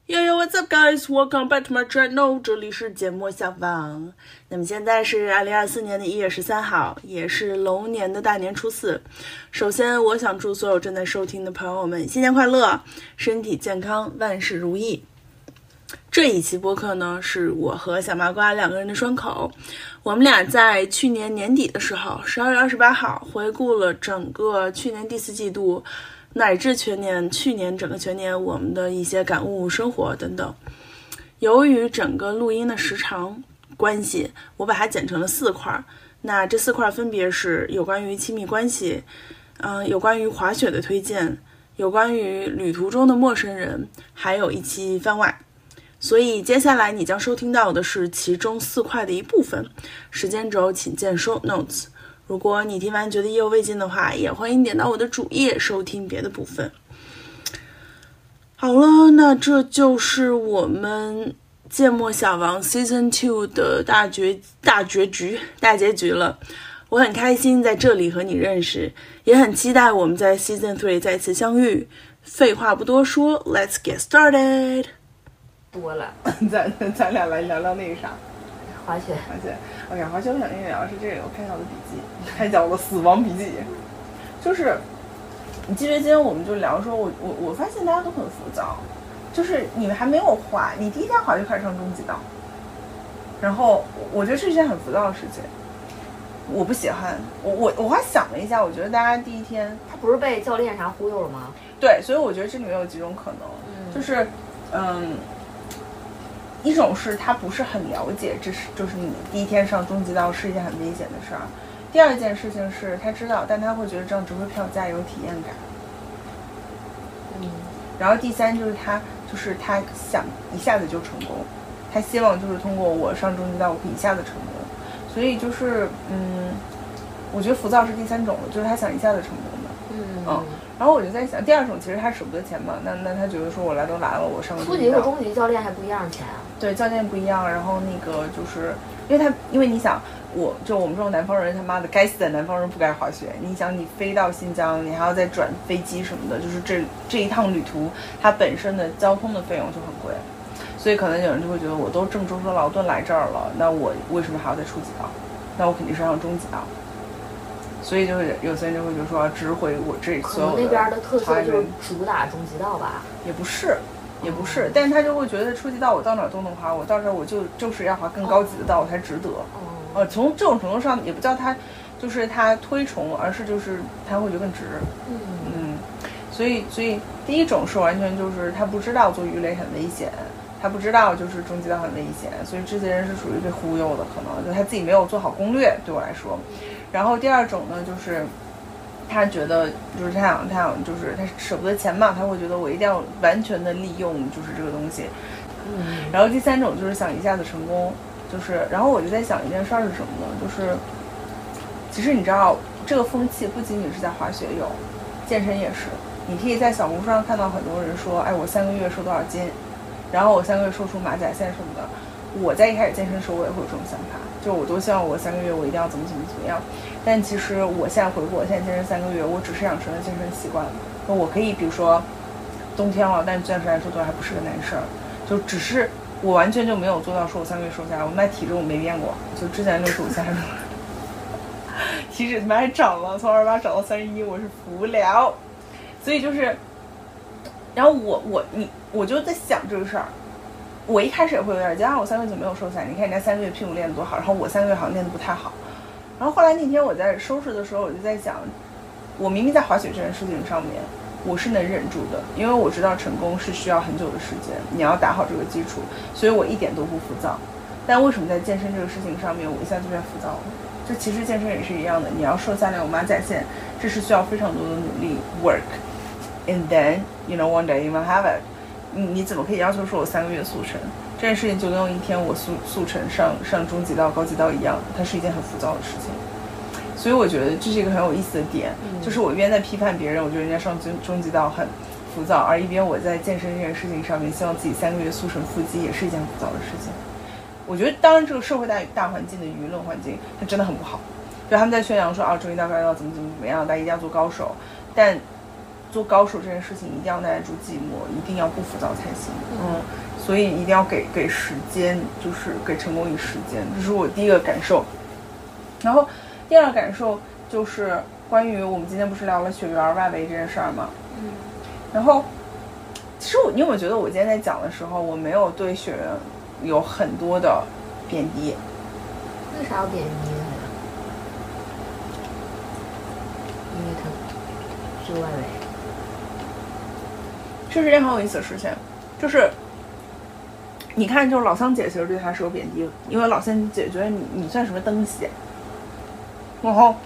Yo yo, what's up, guys? Welcome back to my channel. 这里是节目小王。那么现在是2024年的1月13号，也是龙年的大年初四。首先，我想祝所有正在收听的朋友们新年快乐，身体健康，万事如意。这一期播客呢，是我和小麻瓜两个人的双口。我们俩在去年年底的时候，12月28号回顾了整个去年第4季度。乃至去年整个全年我们的一些感悟、生活等等。由于整个录音的时长关系，我把它剪成了4块。那这4块分别是有关于亲密关系，有关于滑雪的推荐，有关于旅途中的陌生人，还有一期番外。所以接下来你将收听到的是其中4块的一部分，时间轴请见 show notes。如果你听完觉得意犹未尽的话，也欢迎点到我的主页收听别的部分。好了，那这就是我们芥末小王 Season 2的大结局了。我很开心在这里和你认识，也很期待我们在 Season 3再次相遇。废话不多说 ，Let's get started。 多了， 咱俩来聊聊那个啥。 滑雪。 OK， 滑雪我想跟你聊的是这个，我看一下我的笔记，看一下我的死亡笔记。就是你记得今天我们就聊说，我发现大家都很浮躁，就是你们还没有滑，你第一天滑就开始上终极道，然后我觉得这是一件很浮躁的事情，我不喜欢。我还想了一下，我觉得大家第一天， 他不是被教练啥忽悠了吗？ 对，所以我觉得这里面有几种可能，就是一种是他不是很了解，就是你第一天上终极道是一件很危险的事儿。第二件事情是他知道，但他会觉得这样值回票价有体验感。然后第三就是他想一下子就成功，他希望就是通过我上终极道我可以一下子成功。所以就是我觉得浮躁是第三种的，就是他想一下子成功的。然后我就在想，第二种其实他舍不得钱嘛，那他觉得说我来都来了，我上个初级和中级教练还不一样钱啊？ 对，教练不一样。然后那个就是因为你想，我们这种南方人，他妈的该死的南方人不该滑雪。你想，你飞到新疆，你还要再转飞机什么的，就是这一趟旅途，它本身的交通的费用就很贵。所以可能有人就会觉得，我都郑州说劳顿来这儿了，那我为什么还要再初级道？那我肯定是上中级道。所以就是有些人就会觉得说，值回我这所有的。 可能那边的特色就是主打中级道吧？ 也不是，但是他就会觉得初级道我到哪儿都能滑，我到这儿我就是要滑更高级的道，我才值得。从这种程度上也不叫他就是他推崇，而是就是他会觉得更值。所以第一种是完全就是他不知道做鱼雷很危险，他不知道就是中级道很危险，所以这些人是属于被忽悠的，可能就他自己没有做好攻略，对我来说。然后第二种呢，就是他觉得就是他想就是他舍不得钱嘛，他会觉得我一定要完全的利用就是这个东西。然后第三种就是想一下子成功，然后我就在想一件事儿是什么呢？就是其实你知道这个风气不仅仅是在滑雪有，健身也是。你可以在小红书上看到很多人说，哎，我3个月瘦多少斤，然后我3个月瘦出马甲线什么的。我在一开始健身的时候，我也会有这种想法，就我都希望我3个月我一定要怎么样。但其实我现在回顾，我现在健身3个月，我只是养成了健身习惯。我可以比如说冬天了，但暂时来说都还不是个难事儿，就只是我完全就没有做到说我3个月瘦下来。我那体重我没变过，就之前65现在体脂他妈还涨了，从28涨到31，我是服不了。所以就是，然后我就在想这个事儿。我一开始也会有点加上我3个月就没有瘦下来，你看人家3个月屁股练得多好，然后我3个月好像练得不太好。然后后来那天我在收拾的时候，我就在想，我明明在滑雪这件事情上面我是能忍住的，因为我知道成功是需要很久的时间，你要打好这个基础，所以我一点都不浮躁。但为什么在健身这个事情上面我一下就变浮躁了？就其实健身也是一样的，你要瘦下来有马甲线，这是需要非常多的努力 work and then one day you will have it。你怎么可以要求说我3个月速成？这件事情就跟一天我速成上中级道高级道一样，它是一件很浮躁的事情。所以我觉得这是一个很有意思的点，就是我一边在批判别人，我觉得人家上中级道很浮躁，而一边我在健身这件事情上面，希望自己3个月速成腹肌，也是一件很浮躁的事情。我觉得当然这个社会大环境的舆论环境它真的很不好，就他们在宣扬说中级道高级道怎么样，大家一定要做高手，但做高手这件事情一定要耐得住寂寞，一定要不浮躁才行。所以一定要给时间，就是给成功以时间，这是我第一个感受。然后第二个感受就是关于我们今天不是聊了雪原外围这件事儿吗？然后其实你有没有觉得我今天在讲的时候，我没有对雪原有很多的贬低？ 为啥要贬低他呀？因为他最外围。 这是一件很有意思的事情，就是你看，就是老桑姐其实对他是有贬低的，因为老桑姐觉得你算什么东西，然后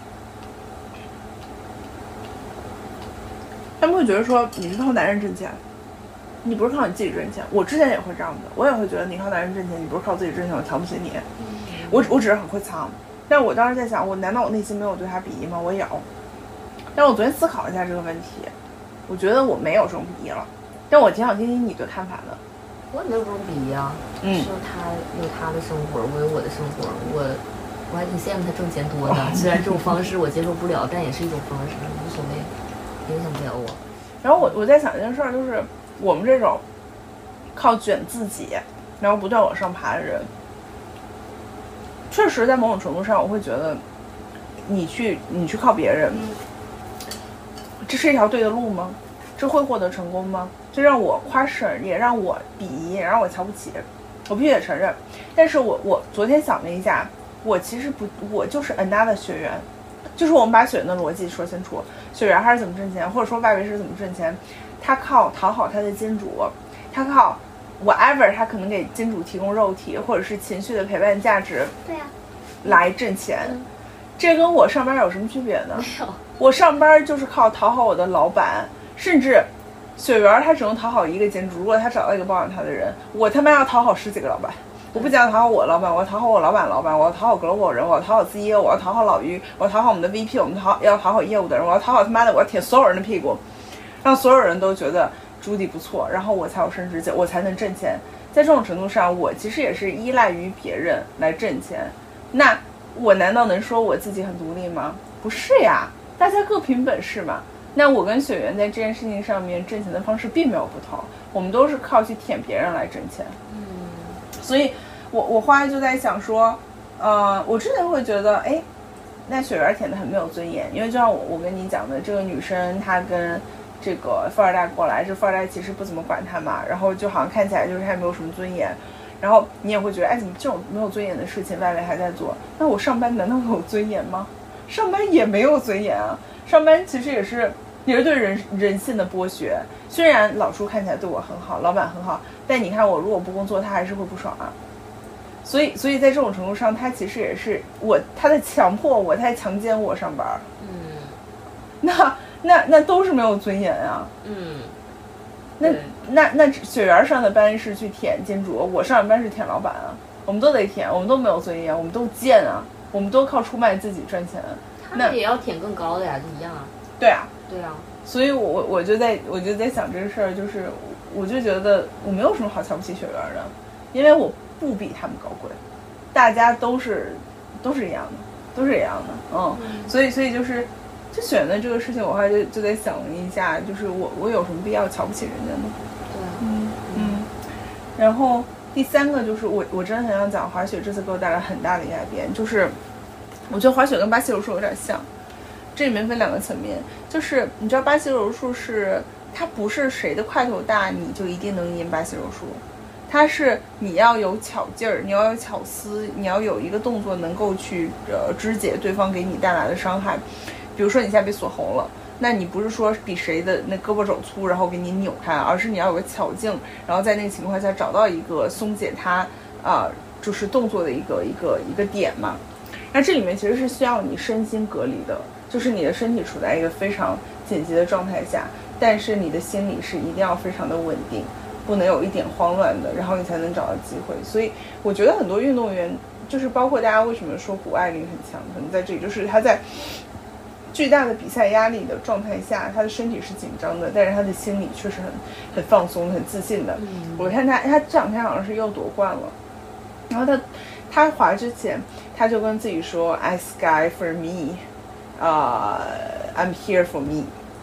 他们会觉得说你是靠男人挣钱，你不是靠你自己挣钱。我之前也会这样的，我也会觉得你靠男人挣钱，你不是靠自己挣钱，我瞧不起你。我只是很会藏，但我当时在想，我难道我内心没有对他鄙夷吗？我有。但我昨天思考一下这个问题，我觉得我没有这种鄙夷了，但我挺想听听你的看法的。 我也没有这种鄙夷啊，是他有他的生活，我有我的生活，我还挺羡慕他挣钱多的。虽然这种方式我接受不了，但也是一种方式，无所谓，影响不了我。 然后我在想一件事儿，就是我们这种靠卷自己，然后不断往上爬的人，确实在某种程度上，我会觉得你去靠别人，这是一条对的路吗？这会获得成功吗？这让我夸审，也让我鄙夷，也让我瞧不起，我必须得承认。但是我昨天想了一下，我其实不，我就是another学员，就是我们把学员的逻辑说清楚，学员他是怎么挣钱，或者说外围是怎么挣钱，他靠讨好他的金主，他靠 whatever 他可能给金主提供肉体或者是情绪的陪伴价值， 对呀， 来挣钱。这跟我上班有什么区别呢？ 没有， 我上班就是靠讨好我的老板，甚至雪原他只能讨好一个金主，如果他找到一个包养他的人，我他妈要讨好10几个老板。我不仅要讨好我老板，我要讨好我老板，我要讨好 global 人，我要讨好 CEO， 我要讨好老于，我要讨好我们的 VP， 我们要讨好业务的人，我要讨好他妈的，我要舔所有人的屁股，让所有人都觉得朱迪不错，然后我才有升职，我才能挣钱。在这种程度上，我其实也是依赖于别人来挣钱。那我难道能说我自己很独立吗？不是呀，大家各凭本事嘛。那我跟雪原在这件事情上面挣钱的方式并没有不同，我们都是靠去舔别人来挣钱。所以我后来就在想说，我之前会觉得，哎，那雪原舔得很没有尊严，因为就像我跟你讲的，这个女生她跟这个富二代过来，这富二代其实不怎么管她嘛，然后就好像看起来就是她也没有什么尊严。然后你也会觉得，哎，怎么这种没有尊严的事情外围还在做？那我上班难道有尊严吗？上班也没有尊严啊！上班其实也是对人性的剥削。虽然老叔看起来对我很好，老板很好，但你看我如果不工作，他还是会不爽啊。所以在这种程度上，他其实也是他在强迫我，他在强奸我上班。那都是没有尊严啊。那雪原上的班是去舔金主，我上的班是舔老板啊。我们都得舔，我们都没有尊严，我们都贱啊，我们都靠出卖自己赚钱。 他们也要舔更高的呀，就一样啊。 对啊， 对啊。所以我就在想这个事儿，就是我就觉得我没有什么好瞧不起雪原的，因为我不比他们高贵，大家都是一样的，都是一样的。所以就是就选的这个事情，我还就在想一下，就是我有什么必要瞧不起人家呢？对，然后第三个就是我真的很想讲滑雪这次给我带来很大的改变，就是我觉得滑雪跟巴西柔术有点像，这里面分2个层面，就是你知道巴西柔术是它不是谁的块头大你就一定能赢巴西柔术，它是你要有巧劲儿，你要有巧思，你要有一个动作能够去肢解对方给你带来的伤害。比如说你现在被锁喉了，那你不是说比谁的那胳膊肘粗然后给你扭开，而是你要有个巧劲，然后在那个情况下找到一个松解它就是动作的一个点嘛。那这里面其实是需要你身心隔离的，就是你的身体处在一个非常紧急的状态下，但是你的心理是一定要非常的稳定，不能有一点慌乱的，然后你才能找到机会。所以我觉得很多运动员，就是包括大家为什么说谷爱凌很强，可能在这里就是他在巨大的比赛压力的状态下，他的身体是紧张的，但是他的心理却是很放松很自信的。我看他这2天好像是又夺冠了，然后他滑之前他就跟自己说 I sky for me I'm here for me，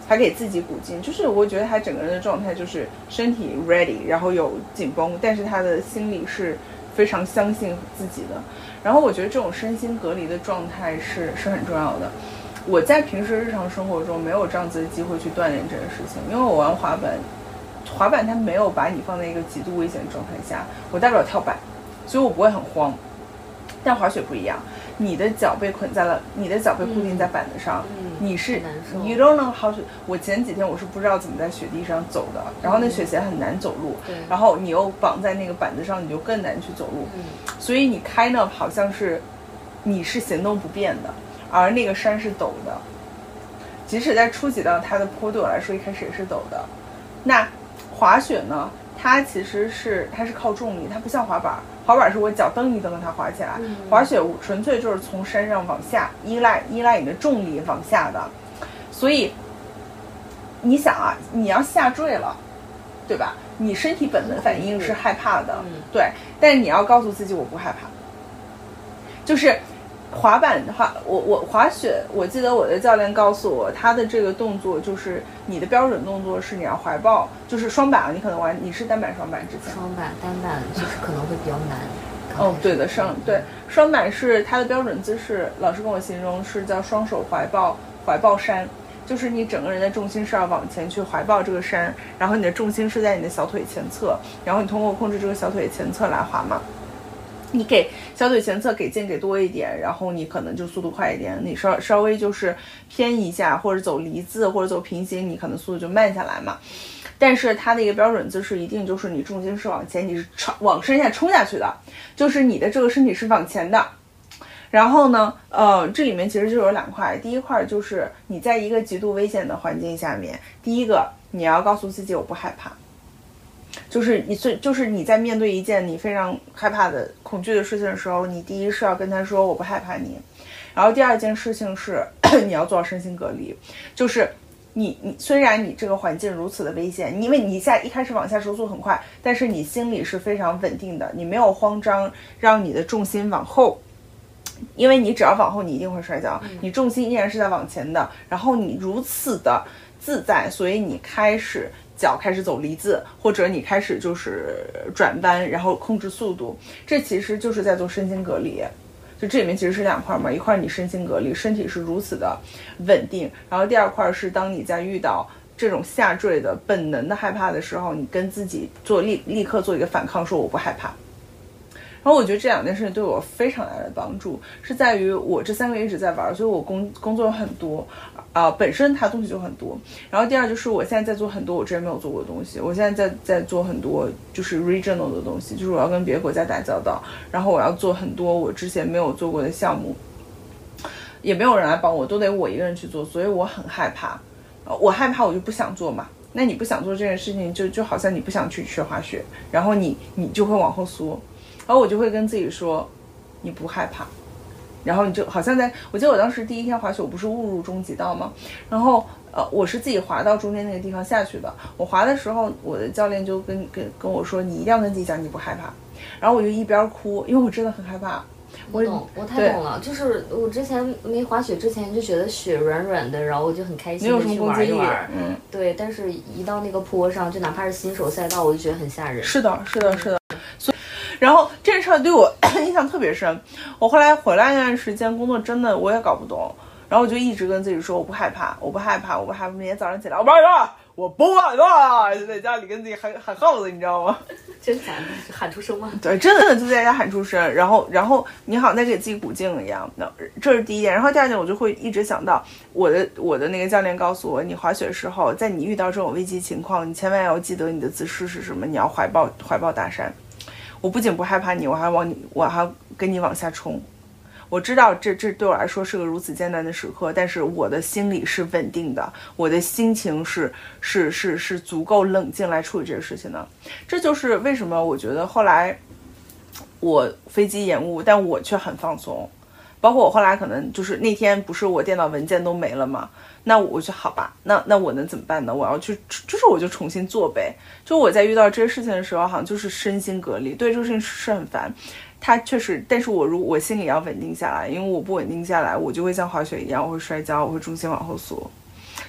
还给自己鼓劲，就是我觉得他整个人的状态就是身体 ready， 然后有紧绷，但是他的心理是非常相信自己的。然后我觉得这种身心隔离的状态是很重要的。我在平时日常生活中没有这样子的机会去锻炼这件事情，因为我玩滑板它没有把你放在一个极度危险的状态下，我大不了跳板，所以我不会很慌。但滑雪不一样，你的脚被捆在了，你的脚被固定在板子上，你是 you don't know how to。我前几天我是不知道怎么在雪地上走的，然后那雪鞋很难走路，然后你又绑在那个板子上，你就更难去走路，所以你kind of好像是你是行动不便的，而那个山是陡的，即使在初级道它的坡对我来说一开始也是陡的。那滑雪呢，它其实是靠重力，它不像滑板是我脚蹬一蹬它滑起来，滑雪纯粹就是从山上往下依赖你的重力往下的。所以你想啊，你要下坠了，对吧？你身体本能反应是害怕的，对，但是你要告诉自己我不害怕。就是滑板的话，我滑雪，我记得我的教练告诉我，他的这个动作就是你的标准动作是你要怀抱，就是双板，你可能玩，你是单板双板之前？双板单板就是可能会比较难。 哦，对的，双板是它的标准姿势，老师跟我形容是叫双手怀抱山，就是你整个人的重心是要往前去怀抱这个山，然后你的重心是在你的小腿前侧，然后你通过控制这个小腿前侧来滑嘛。你给小腿前侧给劲给多一点，然后你可能就速度快一点，你稍微就是偏一下或者走离字或者走平行，你可能速度就慢下来嘛。但是它的一个标准姿势一定就是你重心是往前，你是往身下冲下去的，就是你的这个身体是往前的。然后呢这里面其实就有两块，第一块就是你在一个极度危险的环境下面，第一个你要告诉自己我不害怕，就是你在面对一件你非常害怕的恐惧的事情的时候，你第一是要跟他说我不害怕你，然后第二件事情是你要做到身心隔离，就是你虽然你这个环境如此的危险，因为你一开始往下收速很快，但是你心里是非常稳定的，你没有慌张让你的重心往后，因为你只要往后你一定会摔跤，你重心依然是在往前的，然后你如此的自在，所以你脚开始走离字，或者你开始就是转弯，然后控制速度，这其实就是在做身心隔离。就这里面其实是两块嘛，一块你身心隔离，身体是如此的稳定，然后第二块是当你在遇到这种下坠的本能的害怕的时候，你跟自己立刻做一个反抗，说我不害怕。然后我觉得这两件事情对我非常大的帮助，是在于我这3个月一直在玩，所以我工作很多本身它东西就很多。然后第二就是我现在在做很多我之前没有做过的东西，我现在在做很多就是 regional 的东西，就是我要跟别的国家打交道，然后我要做很多我之前没有做过的项目，也没有人来帮我，都得我一个人去做，所以我很害怕。我害怕我就不想做嘛，那你不想做这件事情就好像你不想去学滑雪，然后你就会往后缩，然后我就会跟自己说你不害怕，然后你就好像我记得我当时第一天滑雪我不是误入中级道吗，然后我是自己滑到中间那个地方下去的，我滑的时候我的教练就跟我说你一定要跟自己讲你不害怕，然后我就一边哭，因为我真的很害怕。 我懂，我太懂了。就是我之前没滑雪之前就觉得雪软软的，然后我就很开心的去玩一玩。对，但是一到那个坡上，就哪怕是新手赛道，我就觉得很吓人。 是的。所以，然后这件事对我印象特别深。我后来回来那段时间工作真的我也搞不懂，然后我就一直跟自己说我不害怕。每天早上起来我不害怕，我不害怕，就在家里跟自己喊耗子，你知道吗？ 真假的喊出声吗？ 对，真的就在家喊出声，然后你好像在给自己鼓劲一样。那这是第一点，然后第二点我就会一直想到我的那个教练告诉我，你滑雪的时候，在你遇到这种危机情况，你千万要记得你的姿势是什么，你要怀抱大山。我不仅不害怕你，我还跟你往下冲。我知道这对我来说是个如此艰难的时刻，但是我的心里是稳定的，我的心情是足够冷静来处理这个事情的。这就是为什么我觉得后来我飞机延误，但我却很放松。包括我后来可能就是那天不是我电脑文件都没了吗？那我就好吧，那我能怎么办呢？我要去，就是我就重新做呗。就我在遇到这些事情的时候，好像就是身心隔离，对这个事情是很烦。它确实，但是我心里要稳定下来，因为我不稳定下来，我就会像滑雪一样，我会摔跤，我会重心往后缩。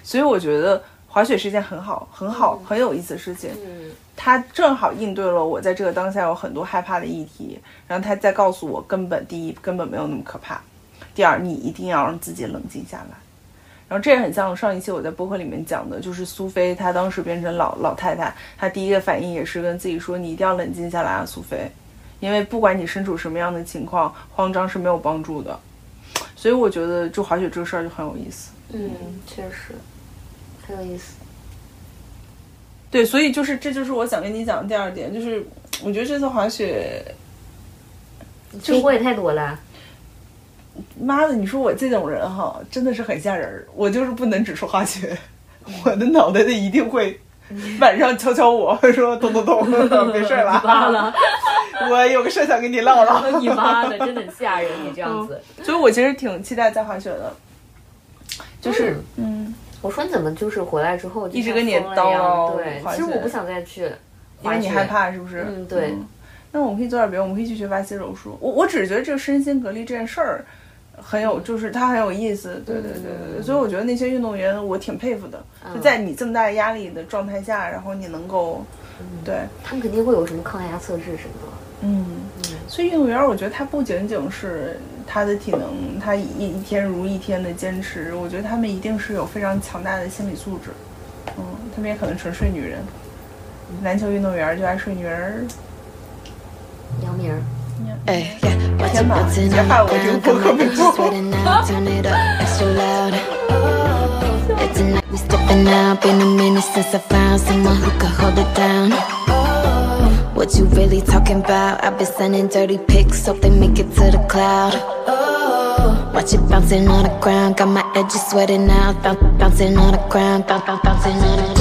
所以我觉得滑雪是一件很好很有意思的事情。它正好应对了我在这个当下有很多害怕的议题，然后它再告诉我第一根本没有那么可怕，第二你一定要让自己冷静下来。然后这也很像上一期我在播客里面讲的，就是苏菲她当时变成老太太，她第一个反应也是跟自己说，你一定要冷静下来啊，苏菲，因为不管你身处什么样的情况，慌张是没有帮助的。所以我觉得就滑雪这个事儿就很有意思。 确实很有意思。 对，所以这就是我想跟你讲的第二点，就是我觉得这次滑雪收获也太多了。 妈的，你说我这种人哈，真的是很吓人。我就是不能只说滑雪，我的脑袋里一定会晚上敲我，说咚，没事了。 你妈了， 我有个事想跟你唠唠。 你妈的，真的很吓人，你这样子。 所以我其实挺期待再滑雪的，就是我说你怎么就是回来之后一直跟你叨叨？ 对，其实我不想再去， 因为你害怕是不是？ 对。 那我们可以做点别的，我们可以去学巴西柔术。我只是觉得这个身心隔离这件事儿很有，就是它很有意思。对。所以我觉得那些运动员我挺佩服的，就在你这么大的压力的状态下，然后你能够，对他们肯定会有什么抗压测试什么的。 所以运动员我觉得他不仅仅是他的体能，他一天如一天的坚持，我觉得他们一定是有非常强大的心理素质。他们也可能纯睡女人，篮球运动员就爱睡女人。 姚明。 天哪，别害我这个播客没做。 What you really talking about? I've been sending dirty pics, hope they make it to the cloud. Watch it bouncing on the ground, got my edges sweating out, bouncing on the ground, bouncing on the ground.